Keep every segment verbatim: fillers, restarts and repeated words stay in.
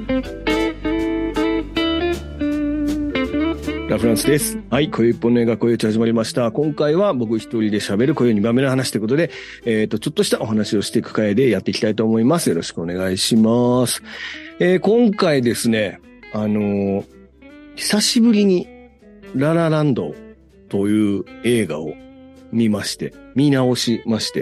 ラフランスです。はい、今宵一本の映画今宵一始まりました。今回は僕一人で喋る今宵にばんめの話ということで、えっと、ちょっとしたお話をしていく回でやっていきたいと思います。よろしくお願いします。えー、今回ですね、あのー、久しぶりにララランドという映画を見まして、見直しまして、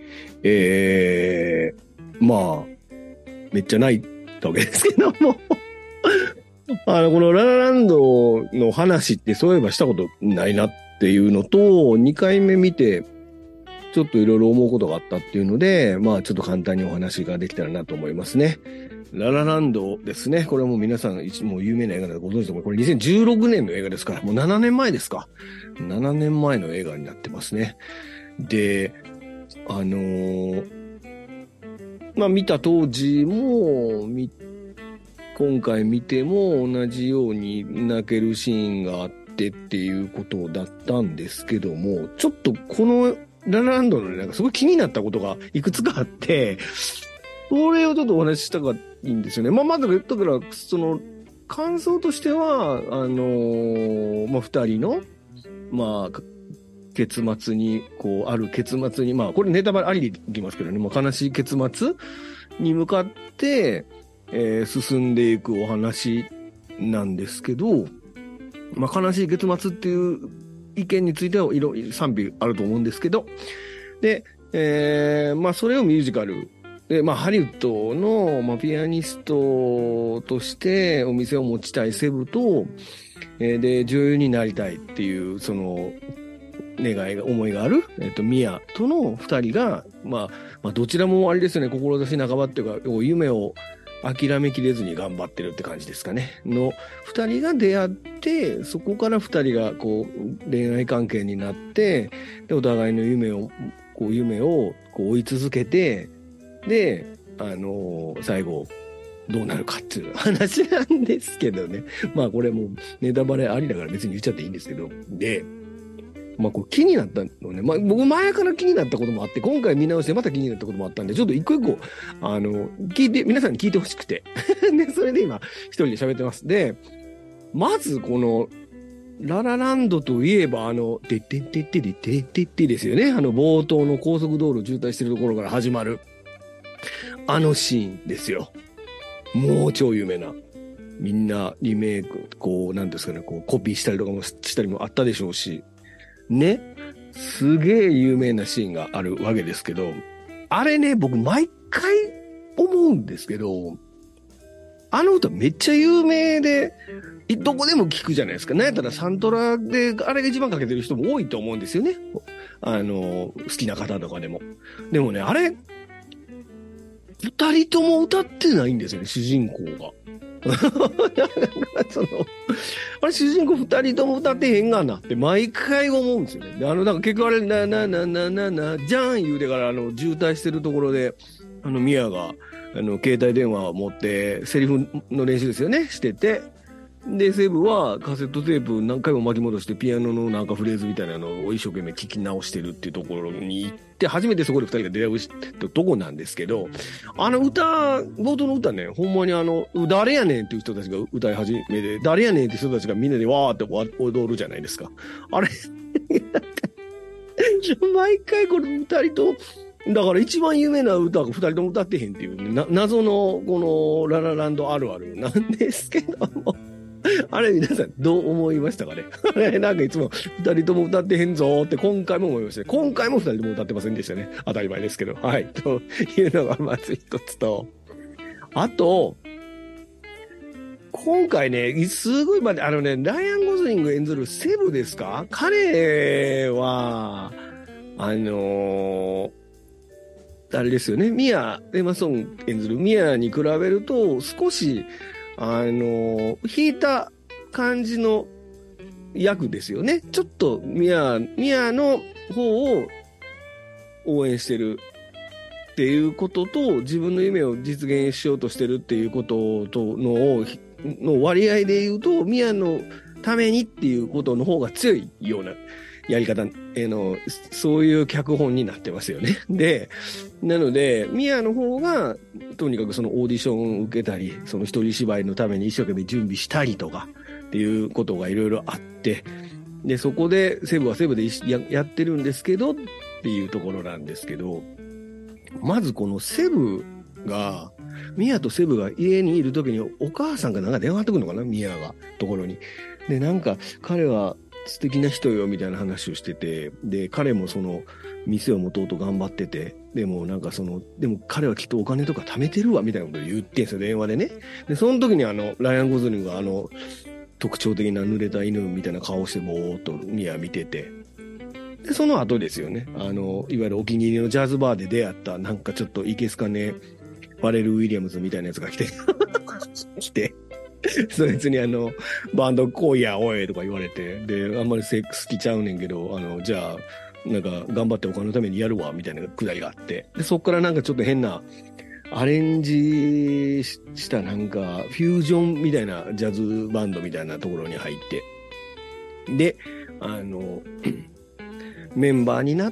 えー、まあ、めっちゃ泣いたわけですけども、あの、このララランドの話ってそういえばしたことないなっていうのと、にかいめ見て、ちょっといろいろ思うことがあったっていうので、まあちょっと簡単にお話ができたらなと思いますね。ララランドですね。これはもう皆さん、もう有名な映画だとご存知のこれにせんじゅうろくねんの映画ですから、もうななねんまえですか。ななねんまえの映画になってますね。で、あのー、まあ見た当時も、見今回見ても同じように泣けるシーンがあってっていうことだったんですけども、ちょっとこのララランドのね、なんかすごい気になったことがいくつかあって、それをちょっとお話ししたがいいんですよね。まあ、まず、だから、その、感想としては、あのー、まあ、二人の、まあ、結末に、こう、ある結末に、まあ、これネタバレありでいきますけどね、もう悲しい結末に向かって、えー、進んでいくお話なんですけど、まあ、悲しい結末っていう意見についてはいろいろ賛否あると思うんですけど、で、えー、まあ、それをミュージカルで、まあ、ハリウッドの、まあ、ピアニストとしてお店を持ちたいセブと、えー、で、女優になりたいっていう、その、願いが、思いがある、えっと、ミアとの二人が、まあ、まあ、どちらもあれですよね、志半ばっていうか、夢を諦めきれずに頑張ってるって感じですかね。の、二人が出会って、そこから二人が、こう、恋愛関係になって、で、お互いの夢を、こう、夢を、こう、追い続けて、で、あのー、最後、どうなるかっていう話なんですけどね。まあ、これもう、ネタバレありだから別に言っちゃっていいんですけど。で、まあ、こう気になったのね。まあ、僕前から気になったこともあって、今回見直してまた気になったこともあったんで、ちょっと一個一個、あの、聞いて、皆さんに聞いてほしくて。で、それで今、一人で喋ってます。で、まずこの、ララランドといえば、あの、てってってってってってってってですよね。あの、冒頭の高速道路渋滞してるところから始まる、あのシーンですよ。もう超有名な。みんなリメイク、こう、なんですかね、こう、コピーしたりとかもしたりもあったでしょうし。ね。すげえ有名なシーンがあるわけですけど、あれね、僕毎回思うんですけど、あの歌めっちゃ有名で、どこでも聞くじゃないですか。なんやったらサントラであれが一番かけてる人も多いと思うんですよね。あの、好きな方とかでも。でもね、あれ、二人とも歌ってないんですよね、主人公が。そのあれ主人公二人とも歌ってへんがなって毎回思うんですよね。で、あの、なんか結局あれ、な、な、な、な、な、な、じゃん言うてからあの、渋滞してるところで、あの、ミアが、あの、携帯電話を持って、セリフの練習ですよね、してて、で、セブはカセットテープ何回も巻き戻してピアノのなんかフレーズみたいなのを一生懸命聞き直してるっていうところに行って、初めてそこで二人が出会うとこなんですけど、あの歌、冒頭の歌ね、ほんまにあの、誰やねんっていう人たちが歌い始めて、誰やねんって人たちがみんなでわーって踊るじゃないですか。あれ、毎回この二人と、だから一番有名な歌が二人とも歌ってへんっていう、ね、な謎のこのララランドあるあるなんですけども。あれ皆さんどう思いましたかね。あれなんかいつも二人とも歌ってへんぞーって今回も思いましたね。今回も二人とも歌ってませんでしたね。当たり前ですけど。はい。というのがまず一つと。あと、今回ね、すごい、まで、あのね、ライアン・ゴズリング演ずるセブですか？彼は、あのー、あれですよね。ミア、エマソン演ずるミアに比べると少し、あの、引いた感じの役ですよね。ちょっとミア、ミアの方を応援してるっていうことと、自分の夢を実現しようとしてるっていうこととの、の割合で言うと、ミアのためにっていうことの方が強いようなやり方、えの、そういう脚本になってますよね。で、なので、ミアの方が、とにかくそのオーディションを受けたり、その一人芝居のために一生懸命準備したりとか、っていうことがいろいろあって、で、そこで、セブはセブでややってるんですけど、っていうところなんですけど、まずこのセブが、ミアとセブが家にいるときにお母さんがなんか電話ってくるのかなミアが、ところに。で、なんか、彼は素敵な人よ、みたいな話をしてて、で、彼もその、店を持とうと頑張ってて、でもなんかその、でも彼はきっとお金とか貯めてるわ、みたいなことを言ってんすよ、電話でね。で、その時にあの、ライアン・ゴズリングがあの、特徴的な濡れた犬みたいな顔してぼーっとミア見てて、で、その後ですよね。あの、いわゆるお気に入りのジャズバーで出会った、なんかちょっといけすかね、ファレル・ウィリアムズみたいなやつが来て、来て、そいつにあの、バンド来いや、おいとか言われて、で、あんまりセックス好きちゃうねんけど、あの、じゃあ、なんか、頑張ってお金のためにやるわ、みたいなくだりがあって、で、そっからなんかちょっと変な、アレンジしたなんか、フュージョンみたいなジャズバンドみたいなところに入って、で、あの、メンバーになって、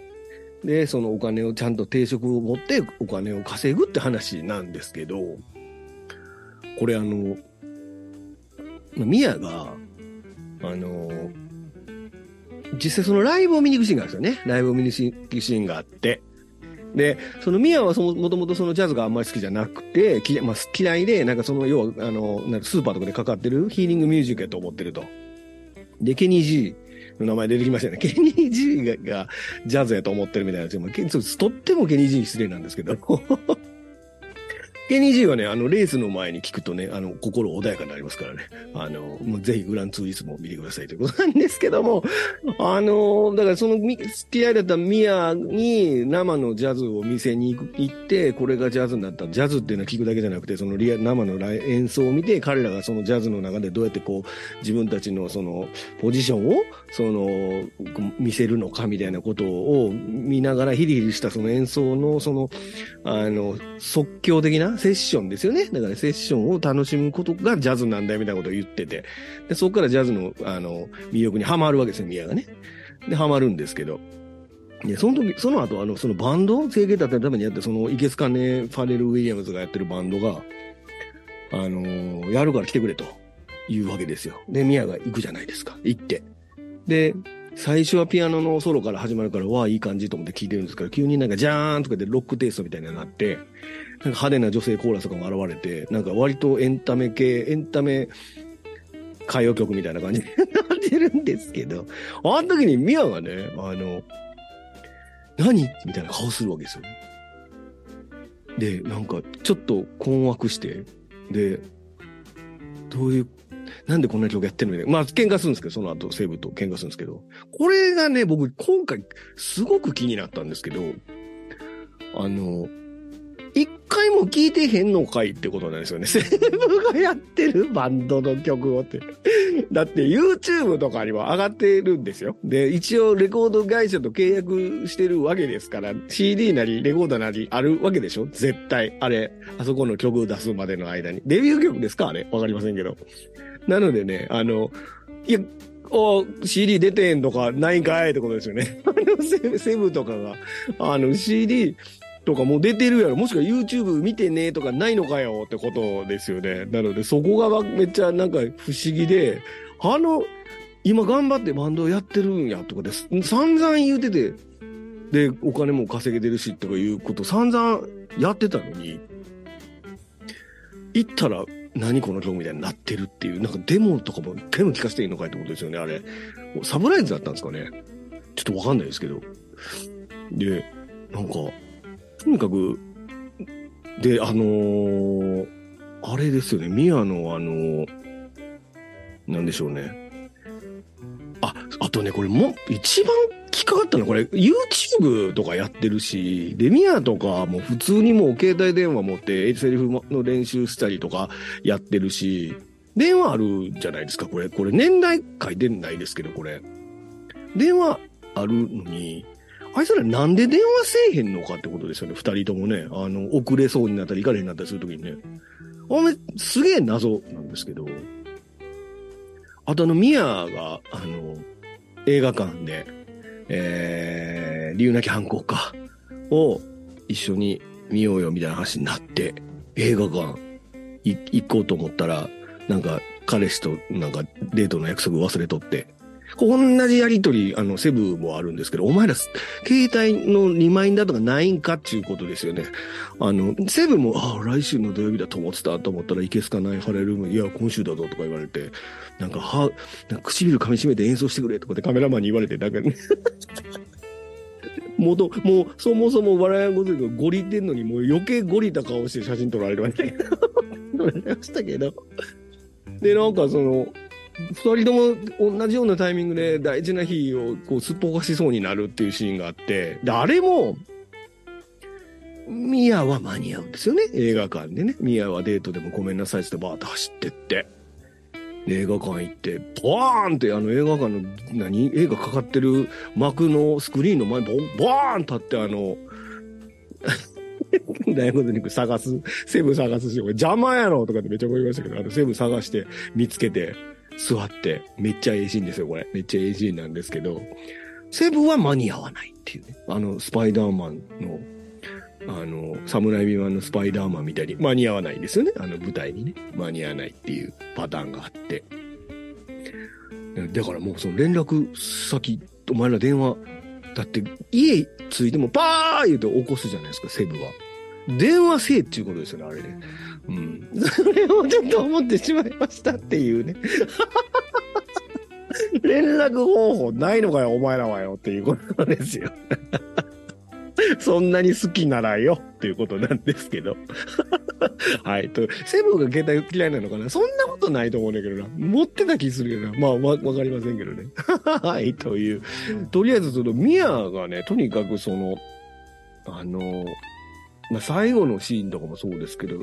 で、そのお金をちゃんと定職を持ってお金を稼ぐって話なんですけど、これあの、ミヤが、あの、実際そのライブを見に行くシーンがあるんですよね。ライブを見に行くシーンがあって。で、そのミヤはそのもともとそのジャズがあんまり好きじゃなくて、きまあ、嫌いで、なんかその要は、あの、なんかスーパーとかでかかってるヒーリングミュージックやと思ってると。で、ケニー・ジーの名前出てきましたよね。ケニー・ジーが、がジャズやと思ってるみたいなやつ。まあ、とってもケニー・ジーに失礼なんですけど。ケニー・ジーはね、あの、レースの前に聞くとね、あの、心穏やかになりますからね。あの、もうぜひグランツーリスモを見てくださいということなんですけども、あの、だからその、嫌いだったミアに生のジャズを見せに行く行って、これがジャズになった。ジャズっていうのは聞くだけじゃなくて、そのリア生の演奏を見て、彼らがそのジャズの中でどうやってこう、自分たちのその、ポジションを、その、見せるのかみたいなことを見ながら、ヒリヒリしたその演奏の、その、あの、即興的なセッションですよね。だからセッションを楽しむことがジャズなんだよみたいなことを言ってて。で、そこからジャズの、あの、魅力にハマるわけですよ、ミヤがね。で、ハマるんですけど。で、その時、その後、あの、そのバンド、整形立てるためにやって、その、イケスカネ・ファレル・ウィリアムズがやってるバンドが、あのー、やるから来てくれというわけですよ。で、ミヤが行くじゃないですか。行って。で、最初はピアノのソロから始まるから、わあ、いい感じと思って聴いてるんですけど、急になんかジャーンとかでロックテイストみたいになって、なんか派手な女性コーラスとかも現れて、なんか割とエンタメ系、エンタメ歌謡曲みたいな感じになってるんですけど、あの時にミアがね、あの、何みたいな顔するわけですよ。で、なんかちょっと困惑して、で、どういう、なんでこんな曲やってるのに、まあ、喧嘩するんですけど、その後、セブと喧嘩するんですけど、これがね、僕、今回、すごく気になったんですけど、あの、一回も聴いてへんのかいってことなんですよね。セブがやってるバンドの曲をって。だって YouTube とかにも上がってるんですよ。で、一応レコード会社と契約してるわけですから、シーディー なりレコードなりあるわけでしょ絶対。あれ、あそこの曲出すまでの間に。デビュー曲ですかあれわかりませんけど。なのでね、あの、いや、お シーディー 出てんとかないんかいってことですよね。あのセ、セブとかが、あの シーディー、とかもう出てるやろ。もしくは YouTube 見てねとかないのかよってことですよね。なのでそこがめっちゃなんか不思議で、あの、今頑張ってバンドやってるんやとかです。散々言うてて、で、お金も稼げてるしとかいうこと散々やってたのに、行ったら何この曲みたいになってるっていう、なんかデモとかも手も聞かせていいのかいってことですよね、あれ。サプライズだったんですかね。ちょっとわかんないですけど。で、なんか、とにかく、で、あのー、あれですよね、ミアのあのー、なんでしょうね。あ、あとね、これも、一番引っかかったのは、これ、YouTube とかやってるし、で、ミアとかも普通にもう携帯電話持って、セリフの練習したりとかやってるし、電話あるじゃないですか、これ。これ、年代書いてないですけど、これ。電話あるのに、あいつらなんで電話せえへんのかってことですよね。二人ともね。あの、遅れそうになったり行かれへんなったりするときにね。あめ、すげえ謎なんですけど。あとあの、ミアが、あの、 映画館で、えー、竜なき反抗かを一緒に見ようよみたいな話になって、映画館い行こうと思ったら、なんか彼氏となんかデートの約束忘れとって、同じやりとり、あの、セブもあるんですけど、お前ら、携帯のリマインダーとかないんかっていうことですよね。あの、セブも、ああ、来週の土曜日だと思ってたと思ったらいけすかないハレルーム、いや、今週だぞとか言われて、なんか、は、なんか唇噛み締めて演奏してくれとかってカメラマンに言われて、なんかね、もと、もう、そもそも笑いはごとくゴリってんのに、もう余計ゴリた顔して写真撮られるわけだけど、撮られましたけど。で、なんかその、二人とも同じようなタイミングで大事な日をこうすっぽかしそうになるっていうシーンがあって、で、あれも、ミアは間に合うんですよね。映画館でね。ミアはデートでもごめんなさいってバーって走ってって。で、映画館行って、バーンってあの映画館の何映画かかってる幕のスクリーンの前にバーン立ってあの、大学に探す、セブ探すし、邪魔やろとかってめっちゃ思いましたけど、あのセブ探して見つけて、座って、めっちゃええシーンですよ、これ。めっちゃええシーンなんですけど、セブは間に合わないっていうね。あの、スパイダーマンの、あの、サムライビマンのスパイダーマンみたいに間に合わないんですよね。あの舞台にね。間に合わないっていうパターンがあって。だからもうその連絡先、お前ら電話、だって家着いてもパー言うて起こすじゃないですか、セブは。電話せえっていうことですよね、あれね。うん。それをちょっと思ってしまいましたっていうね。連絡方法ないのかよ、お前らはよっていうことですよ。そんなに好きならよっていうことなんですけど。はい。と、セブンが携帯嫌いなのかな、そんなことないと思うんだけどな。持ってた気するよな。まあ、わ、わかりませんけどね。はい。という。とりあえず、その、ミアがね、とにかくその、あの、まあ、最後のシーンとかもそうですけど、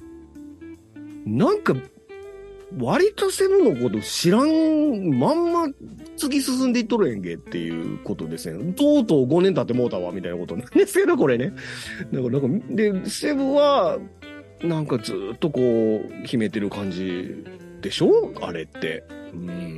なんか、割とセブンのこと知らんまんま突き進んでいっとるやんけっていうことですね。とうとうごねん経ってもうたわみたいなことなんですけど、これね。だからなんか、で、セブは、なんかずっとこう、秘めてる感じでしょあれって。うん。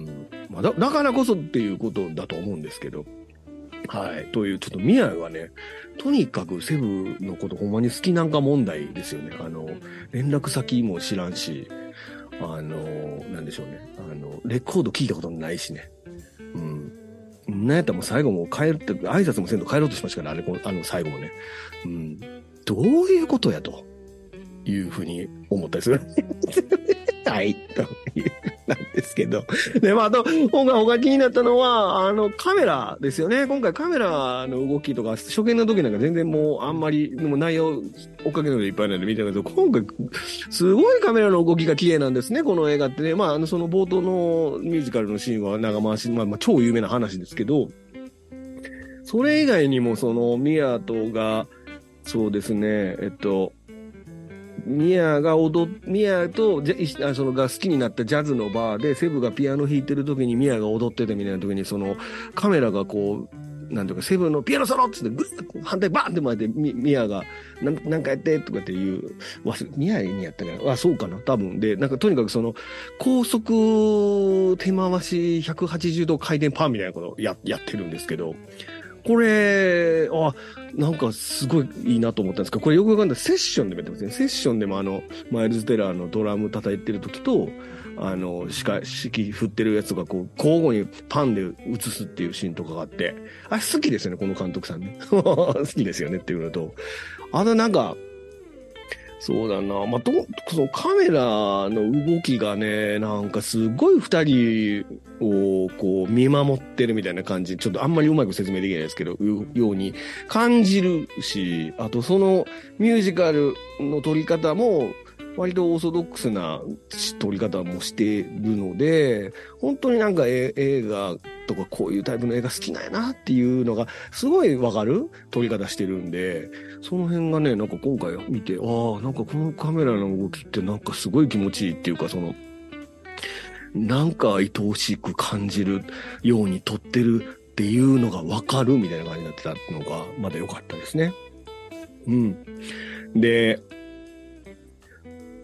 まあ、だ、だからこそっていうことだと思うんですけど。はい。という、ちょっとミアがね、とにかくセブのことほんまに好きなんか問題ですよね。あの、連絡先も知らんし、あの、なんでしょうね。あの、レコード聞いたことないしね。うん。なんやったらもう最後もう帰るって、挨拶もせんと帰ろうとしましたから、あれ、あの、最後もね。うん。どういうことやというふうに思ったりする。はい、という、なんですけど。で、まあ、あと、今回他気になったのは、あの、カメラですよね。今回カメラの動きとか、初見の時なんか全然もうあんまり、もう内容、追っかけるのでいっぱいなんで見てるけど、今回、すごいカメラの動きが綺麗なんですね、この映画ってね。まあ、あの、その冒頭のミュージカルのシーンは長回し、まあ、まあ、超有名な話ですけど、それ以外にも、その、ミアとが、そうですね、えっと、ミアが踊っ、ミアと、じゃ、そのが好きになったジャズのバーで、セブがピアノ弾いてる時にミアが踊っててみたいな時に、そのカメラがこう、なんていうか、セブのピアノソロっつってグッと反対バーンって回ってミ、ミアが、なん、なんかやってとかっていう、わす、ミアにやったかなあ、そうかな多分。で、なんかとにかくその、高速手回しひゃくはちじゅうど回転パンみたいなことをや、やってるんですけど、これ、あ、なんかすごいいいなと思ったんですけど、これよくわかんない。セッションでもやってますね。セッションでもあの、マイルズ・テラーのドラム叩いてる時と、あの、指揮、指揮振ってるやつがこう、交互にパンで映すっていうシーンとかがあって、あれ好きですよね、この監督さんね。好きですよねっていうのと、あとなんか、そうだな。まあ、と、そのカメラの動きがね、なんかすごい二人をこう見守ってるみたいな感じ、ちょっとあんまりうまく説明できないですけど、ように感じるし、あとそのミュージカルの撮り方も割とオーソドックスな撮り方もしてるので、本当になんかえ映画とかこういうタイプの映画好きなんやなっていうのがすごいわかる撮り方してるんで、その辺がね、なんか今回見て、ああ、なんかこのカメラの動きってなんかすごい気持ちいいっていうか、その、なんか愛おしく感じるように撮ってるっていうのがわかるみたいな感じになってたのが、まだ良かったですね。うん。で、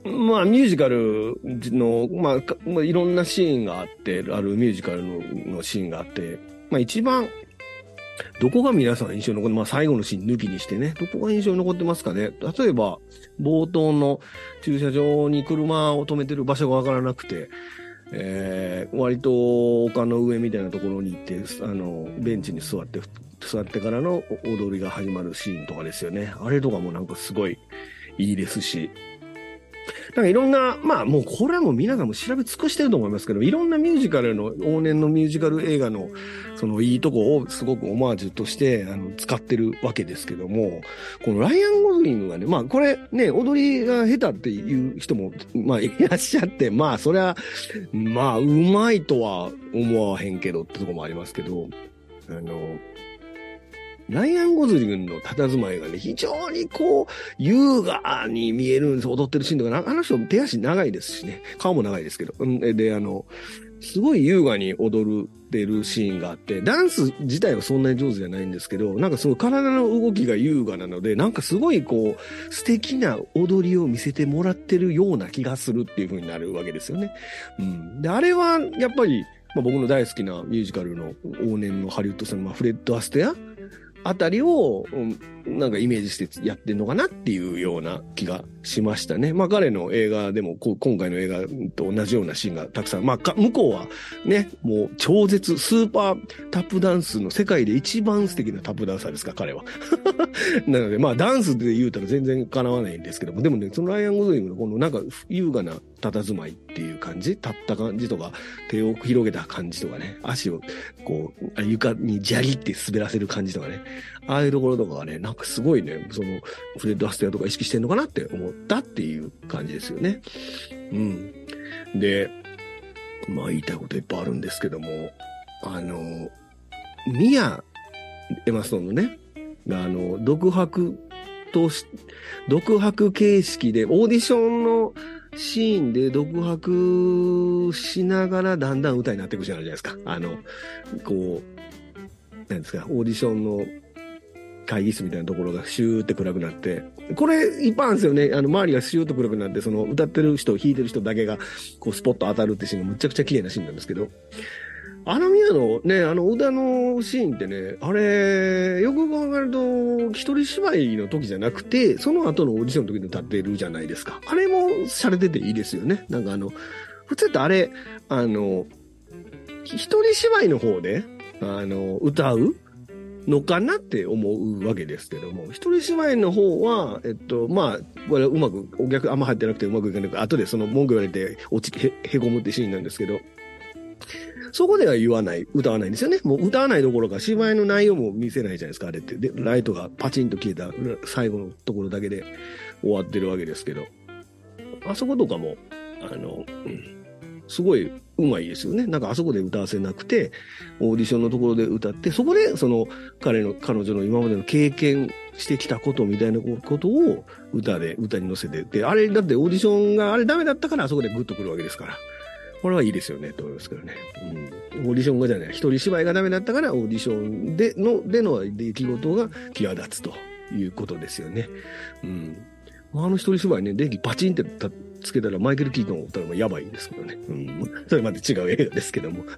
まあ、ミュージカルの、まあ、かまあ、いろんなシーンがあって、あるミュージカルの、のシーンがあって、まあ一番、どこが皆さん印象に残って、まあ最後のシーン抜きにしてね、どこが印象に残ってますかね。例えば、冒頭の駐車場に車を止めてる場所がわからなくて、えー、割と丘の上みたいなところに行って、あの、ベンチに座って、座ってからの踊りが始まるシーンとかですよね。あれとかもなんかすごいいいですし、なんかいろんな、まあもうこれはもう皆さんも調べ尽くしてると思いますけど、いろんなミュージカルの、往年のミュージカル映画の、そのいいとこをすごくオマージュとして、あの、使ってるわけですけども、このライアン・ゴズリングがね、まあこれね、踊りが下手っていう人も、まあいらっしゃって、まあそれは、まあうまいとは思わへんけどってとこもありますけど、あの、ライアン・ゴズリングの佇まいがね、非常にこう、優雅に見えるんです。踊ってるシーンとか、あの人手足長いですしね。顔も長いですけど。で、あの、すごい優雅に踊ってるシーンがあって、ダンス自体はそんなに上手じゃないんですけど、なんかすごい体の動きが優雅なので、なんかすごいこう、素敵な踊りを見せてもらってるような気がするっていう風になるわけですよね。うん。で、あれはやっぱり、まあ、僕の大好きなミュージカルの往年のハリウッドさんの、まあ、フレッド・アステアあたりを、うん、なんかイメージしてやってんのかなっていうような気がしましたね。まあ彼の映画でも、こ今回の映画と同じようなシーンがたくさん、まあか向こうはね、もう超絶、スーパータップダンスの世界で一番素敵なタップダンサーですか、彼は。なのでまあダンスで言うたら全然叶わないんですけども、でもね、そのライアン・ゴズリングのこのなんか優雅な佇まいっていう感じ、立った感じとか、手を広げた感じとかね、足をこう、床にジャリって滑らせる感じとかね、ああいうところとかがね、なんかすごいね、その、フレッド・アステアとか意識してんのかなって思ったっていう感じですよね。うん。で、まあ言いたいこといっぱいあるんですけども、あの、ミア・エマストンのね、あの、独白とし、独白形式で、オーディションのシーンで独白しながらだんだん歌になっていくじゃないですか。あの、こう、なんですか、オーディションの会議室みたいなところがシューって暗くなって、これいっぱいあるんですよね。あの、周りがシューッと暗くなって、その歌ってる人、弾いてる人だけが、こう、スポット当たるってシーンがむちゃくちゃ綺麗なシーンなんですけど、あの宮のね、あの歌のシーンってね、あれ、よく考えると、一人芝居の時じゃなくて、その後のオーディションの時に歌ってるじゃないですか。あれも洒落てていいですよね。なんかあの、普通ってあれ、あの、一人芝居の方で、あの、歌うのかなって思うわけですけども、一人芝居の方は、えっと、まあ、これうまく、お客あんま入ってなくてうまくいかないから、後でその文句言われて落ち、へ、へこむってシーンなんですけど、そこでは言わない、歌わないんですよね。もう歌わないどころか芝居の内容も見せないじゃないですか、あれって。で、ライトがパチンと消えた最後のところだけで終わってるわけですけど、あそことかも、あの、うん、すごいうまいですよね。なんかあそこで歌わせなくて、オーディションのところで歌って、そこでその彼の、彼女の今までの経験してきたことみたいなことを歌で、歌に乗せて、で、あれだってオーディションがあれダメだったからあそこでグッとくるわけですから。これはいいですよね、と思いますけどね。うん。オーディションがじゃない、一人芝居がダメだったからオーディションでの、での出来事が際立つということですよね。うん。あの一人芝居ね、電気パチンってたつけたらマイケル・キートンを打ったらやばいんですけどね。うん。それまた違う映画ですけども。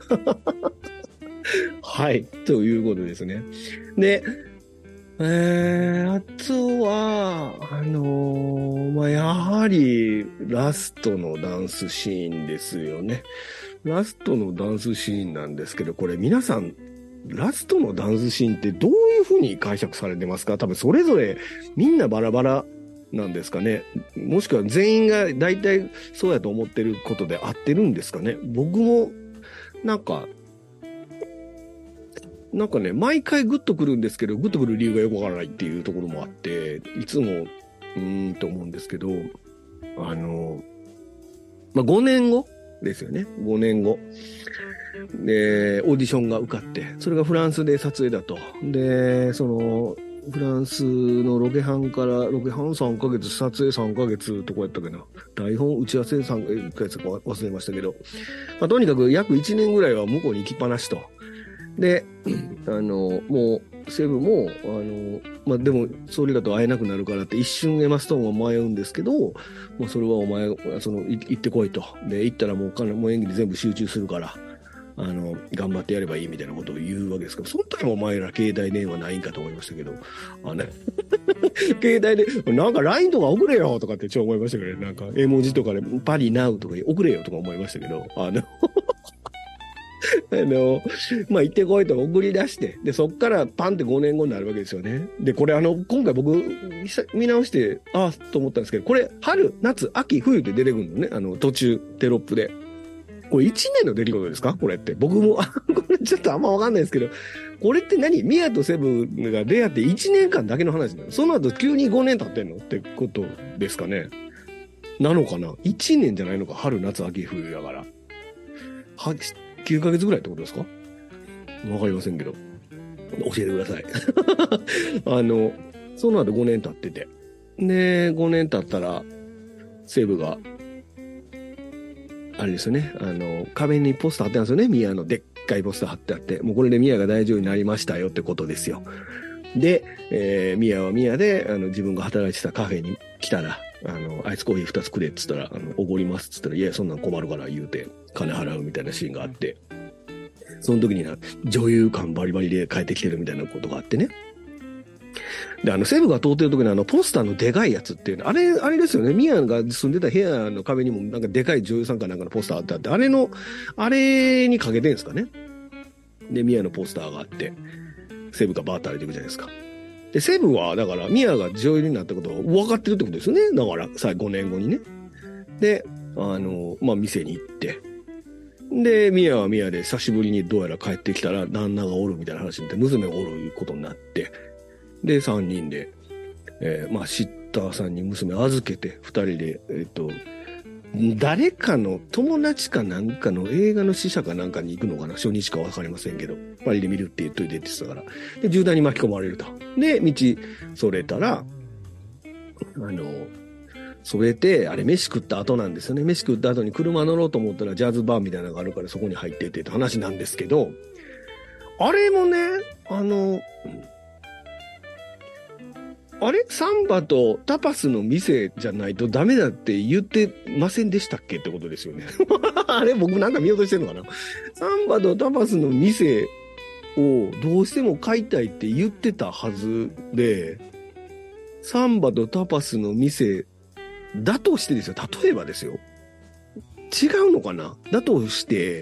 はい。ということですね。で、えー、あとは、あのー、まあ、やはり、ラストのダンスシーンですよね。ラストのダンスシーンなんですけど、これ皆さん、ラストのダンスシーンってどういうふうに解釈されてますか？多分それぞれみんなバラバラなんですかね。もしくは全員が大体そうやと思ってることで合ってるんですかね。僕も、なんか、なんかね、毎回グッとくるんですけど、グッとくる理由がよくわからないっていうところもあって、いつも、うーんと思うんですけど、あの、まあ、ごねんごですよね。ごねんご。で、オーディションが受かって、それがフランスで撮影だと。で、その、フランスのロケハンから、ロケハンさんかげつ、撮影さんかげつとこやったっけな。台本打ち合わせさんかげつか忘れましたけど、まあ、とにかく約いちねんぐらいは向こうに行きっぱなしと。 で、あの、もう、セブも、あの、まあ、でも、それだと会えなくなるからって一瞬エマストーンは迷うんですけど、もうそれはお前、その、い行ってこいと。で、行ったらもう、もう演技に全部集中するから、あの、頑張ってやればいいみたいなことを言うわけですけど、その時もお前ら携帯電話ないんかと思いましたけど、あのね、携帯で、なんか ライン とか送れよとかってちょっと思いましたけどね、なんか絵文字とかでパリナウとか送れよとか思いましたけど、あの、あの、まあ、行ってこいと送り出して、で、そっからパンってごねんごになるわけですよね。で、これあの、今回僕、見直して、ああ、と思ったんですけど、これ、春、夏、秋、冬って出てくるのね、あの、途中、テロップで。これいちねんの出来事ですかこれって。僕も、これちょっとあんまわかんないですけど、これって何ミヤとセブが出会っていちねんかんだけの話なのその後急にごねん経ってんのってことですかねなのかな ?いち 年じゃないのか春、夏、秋、冬だから。は、きゅうかげつぐらいってことですかわかりませんけど。教えてください。あの、その後ごねん経ってて。で、ごねん経ったら、セブが、あれですよね。あの、壁にポスター貼ってあるんですよね。ミヤのでっかいポスター貼ってあって、もうこれでミヤが大丈夫になりましたよってことですよ。で、えー、ミヤはミヤで、あの、自分が働いてたカフェに来たら、あの、アイスコーヒーふたつくれって言ったら、あの、おごりますって言ったら、いや、そんなん困るから言うて、金払うみたいなシーンがあって、その時にな、女優感バリバリで帰ってきてるみたいなことがあってね。で、あの、セブが通ってる時のあの、ポスターのでかいやつっていうの、あれ、あれですよね。ミヤが住んでた部屋の壁にもなんかでかい女優さんかなんかのポスターあってあって、あれの、あれにかけてんですかね。で、ミヤのポスターがあって、セブがバーッと歩いていくじゃないですか。で、セブは、だから、ミヤが女優になったことを分かってるってことですよね。だから、さ、ごねんごにね。で、あの、まあ、店に行って、で、ミヤはミヤで久しぶりにどうやら帰ってきたら旦那がおるみたいな話になって、娘がおることになって、で、三人で、えー、まあ、シッターさんに娘預けて、二人で、えっと、誰かの友達かなんかの映画の試写かなんかに行くのかな初日かわかりませんけど、パリで見るって言っといてって言ってたから。で、渋滞に巻き込まれると。で、道、それたら、あの、それて、あれ、飯食った後なんですよね。飯食った後に車乗ろうと思ったらジャズバーみたいなのがあるからそこに入ってってって話なんですけど、あれもね、あの、あれサンバとタパスの店じゃないとダメだって言ってませんでしたっけってことですよね。あれ僕なんか見ようとしてるのかなサンバとタパスの店をどうしても買いたいって言ってたはずで、サンバとタパスの店だとしてですよ。例えばですよ。違うのかなだとして、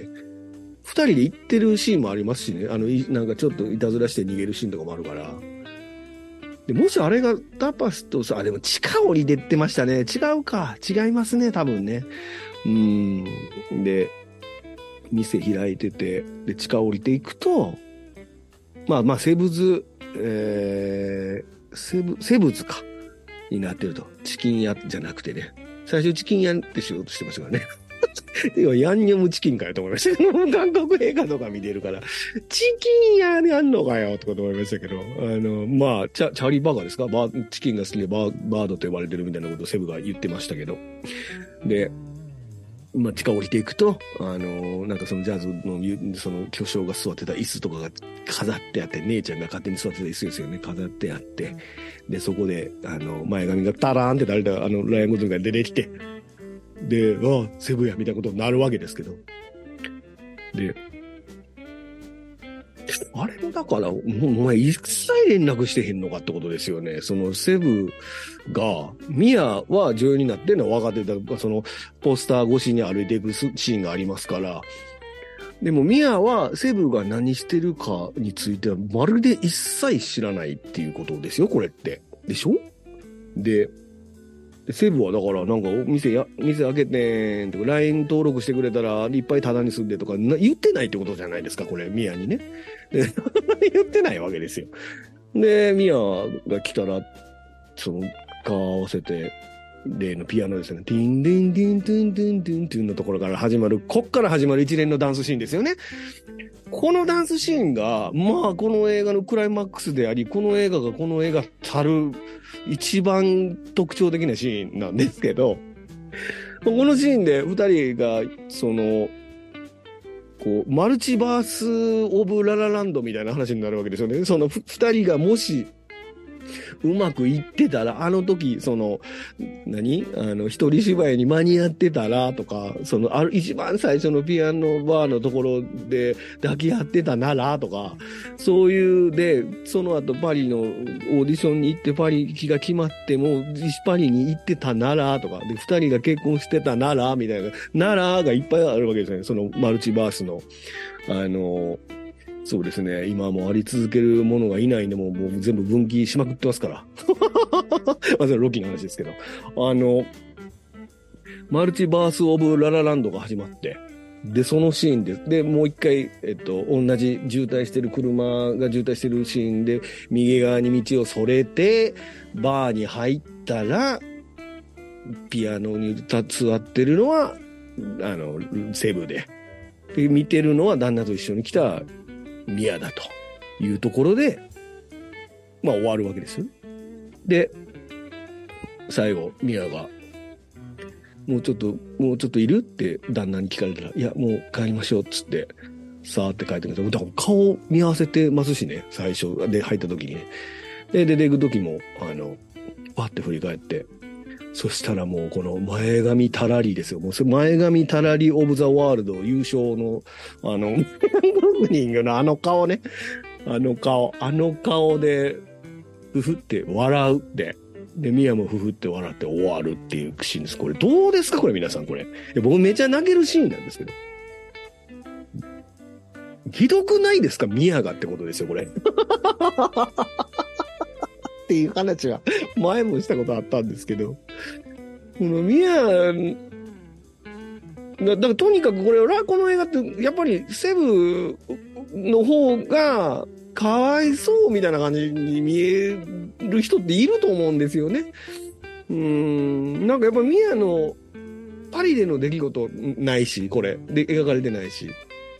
二人で行ってるシーンもありますしね。あの、なんかちょっといたずらして逃げるシーンとかもあるから。でもしあれがタパスとさ、あ、でも地下降り出てましたね。違うか。違いますね、多分ね。うーん。で、店開いてて、で、地下降りていくと、まあまあ、セブズ、えー、セブ、セブズか。になってると。チキン屋じゃなくてね。最初チキン屋ってしようとしてましたからね。要はヤンニョムチキンかよと思いましたけど、韓国映画とか見てるから、チキン屋にあんのかよとかと思いましたけど、あの、まあ、チャ、チャーリーバーガーですかバー、チキンが好きでバー、バードと呼ばれてるみたいなことをセブが言ってましたけど。で、まあ、地下降りていくと、あの、なんかそのジャズの、その巨匠が座ってた椅子とかが飾ってあって、姉ちゃんが勝手に座ってた椅子ですよね。飾ってあって。で、そこで、あの、前髪がタラーンって誰だ、あの、ライアン・ゴズリンが出てきて、で、ああ、セブやみたいなことになるわけですけど。で、あれもだから、もうお前一切連絡してへんのかってことですよね。そのセブが、ミヤは女優になってるのは分かってた。そのポスター越しに歩いていくシーンがありますから。でもミヤはセブが何してるかについてはまるで一切知らないっていうことですよ、これって。でしょ？で、セブはだからなんか店や、店開けてんとか ライン 登録してくれたらいっぱいタダにすんでとか言ってないってことじゃないですか、これ、ミヤにね。で言ってないわけですよ。で、ミヤが来たら、その、顔合わせて、例のピアノですね。ティンディンディントゥントゥントゥントゥンのところから始まる、こっから始まる一連のダンスシーンですよね。このダンスシーンが、まあ、この映画のクライマックスであり、この映画がこの映画たる一番特徴的なシーンなんですけど、このシーンで二人が、その、ここう、マルチバース・オブ・ララランドみたいな話になるわけですよね。そのふ二人がもし、うまくいってたら、あの時、その、何あの、一人芝居に間に合ってたらとか、その、ある、一番最初のピアノバーのところで抱き合ってたならとか、そういうで、その後パリのオーディションに行ってパリが決まっても、パリに行ってたならとか、で、二人が結婚してたならみたいな、ならがいっぱいあるわけですよね。そのマルチバースの、あの、そうですね。今もあり続けるものがいないんで、もうもう全部分岐しまくってますから。まずはロキの話ですけど。あの、マルチバース・オブ・ララランドが始まって、で、そのシーンで、で、もう一回、えっと、同じ渋滞してる車が渋滞してるシーンで、右側に道をそれて、バーに入ったら、ピアノに座ってるのは、あの、セブで。で、見てるのは旦那と一緒に来た、ミヤだというところで、まあ終わるわけですよ。で、最後、ミヤが、もうちょっと、もうちょっといるって旦那に聞かれたら、いや、もう帰りましょうっつって、さーって帰ってくる。だから顔見合わせてますしね、最初で入った時にね。で、出ていく時も、あの、パって振り返って、そしたらもうこの前髪タラリですよ。もう前髪タラリオブザワールド優勝の、あの、ブルーニングのあの顔ね。あの顔、あの顔で、ふふって笑うって。で、ミヤもふふって笑って終わるっていうシーンです。これどうですかこれ皆さんこれ。僕めちゃ泣けるシーンなんですけど。ひどくないですかミヤがってことですよ、これ。っていう話は前もしたことあったんですけど、このミヤ、だからとにかくこれはこの映画ってやっぱりセブの方がかわいそうみたいな感じに見える人っていると思うんですよね。うーん、なんかやっぱミヤのパリでの出来事ないし、これで描かれてないし、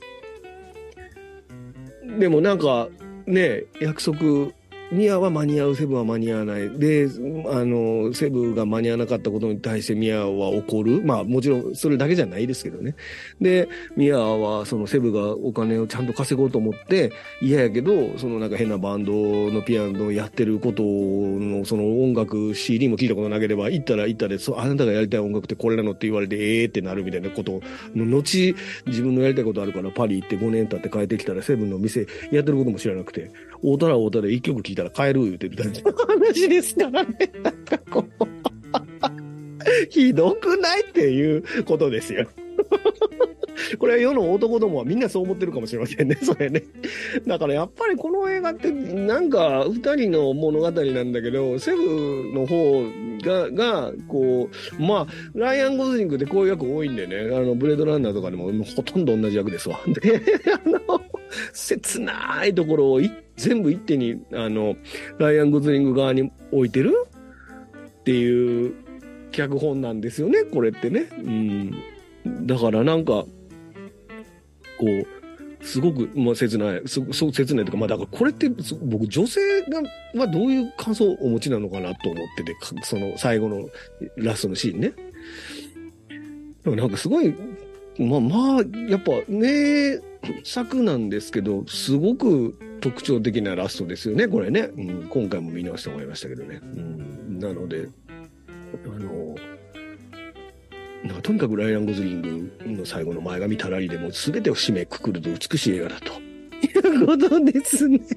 でもなんかね約束。ミヤは間に合う、セブは間に合わない。で、あの、セブが間に合わなかったことに対してミヤは怒る。まあもちろんそれだけじゃないですけどね。で、ミヤはそのセブがお金をちゃんと稼ごうと思って嫌やけど、そのなんか変なバンドのピアノをやってることのその音楽 シーディー も聞いたことなければ、行ったら行ったで、そあなたがやりたい音楽ってこれなのって言われて、ええーってなるみたいなことの後、自分のやりたいことあるからパリ行ってごねん経って帰ってきたらセブンの店やってることも知らなくて、大田ら大田で一曲聴いたら帰る言うてるみたいな話ですからね。なんかこうひどくないっていうことですよ。これは世の男どもはみんなそう思ってるかもしれませんね、それね。だからやっぱりこの映画ってなんか二人の物語なんだけど、セブの方が、が、こう、まあ、ライアン・ゴズリングってこういう役多いんでね、あの、ブレードランナーとかでもほとんど同じ役ですわ。で、あの、切ないところを全部一手に、あの、ライアン・ゴズリング側に置いてるっていう脚本なんですよね、これってね。うん。だからなんか、こう、すごく、まあ、切ない、すごく切ないというか、まあ、だからこれって僕女性がはどういう感想をお持ちなのかなと思ってて、その最後のラストのシーンね。なんかすごい、まあまあ、やっぱ名作なんですけど、すごく特徴的なラストですよね、これね。うん、今回も見直して思いましたけどね。うん、なので、あの、なんかとにかくライアン・ゴズリングの最後の前髪たらりでも全てを締めくくると美しい映画だということですね。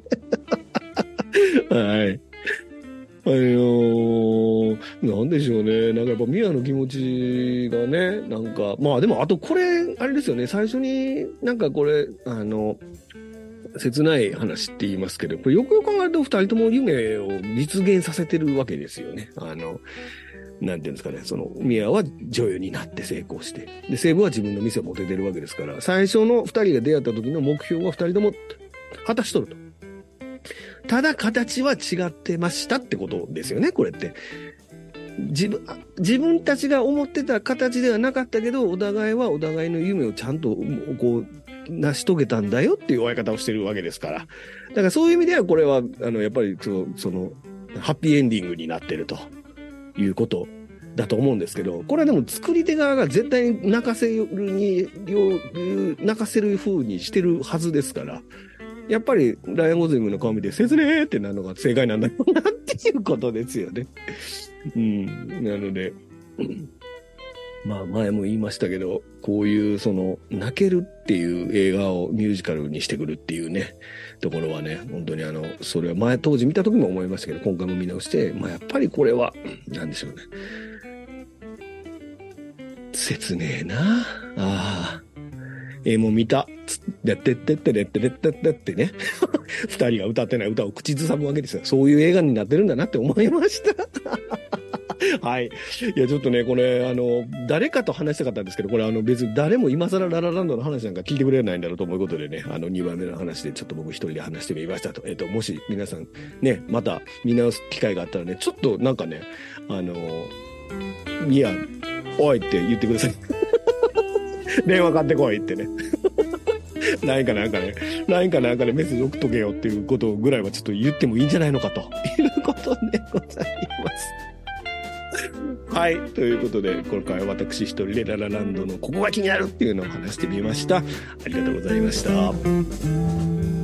はい。あのー、なんでしょうね。なんかやっぱミアの気持ちがね、なんか、まあでもあとこれ、あれですよね。最初になんかこれ、あの、切ない話って言いますけど、これよくよく考えると二人とも夢を実現させてるわけですよね。あの、なんていうんですかね、その、ミアは女優になって成功して、で、セブは自分の店を持ててるわけですから、最初の二人が出会った時の目標は二人とも果たしとると。ただ形は違ってましたってことですよね、これって。自分、自分たちが思ってた形ではなかったけど、お互いはお互いの夢をちゃんと、こう、成し遂げたんだよっていう終わり方をしてるわけですから。だからそういう意味では、これは、あの、やっぱりその、その、ハッピーエンディングになってるということだと思うんですけど、これはでも作り手側が絶対に泣かせるに、泣かせる風にしてるはずですから、やっぱりライアン・ゴズリングの顔見て、切ねーってなるのが正解なんだろうなっていうことですよね。うん。なので、まあ前も言いましたけど、こういうその泣けるっていう映画をミュージカルにしてくるっていうね、ところはね、本当にあの、それは前当時見た時も思いましたけど、今回も見直して、まあやっぱりこれは、なんでしょうね。切ねえな。ああ。ええもん見た。つってってってってってってってってってね。二人が歌ってない歌を口ずさむわけですよ。そういう映画になってるんだなって思いました。はい。いや、ちょっとね、これ、あの、誰かと話したかったんですけど、これ、あの、別に誰も今更ララランドの話なんか聞いてくれないんだろうと思うことでね、あの、にばんめの話でちょっと僕一人で話してみましたと。えっと、もし皆さん、ね、また見直す機会があったらね、ちょっとなんかね、あの、いや、おいって言ってください。電話買ってこいってね。ライン かなんかね、ライン かなんかでメッセージ送っとけよっていうことぐらいはちょっと言ってもいいんじゃないのかということでございます。はい。ということで、今回は私一人でララランドのここが気になるっていうのを話してみました。ありがとうございました。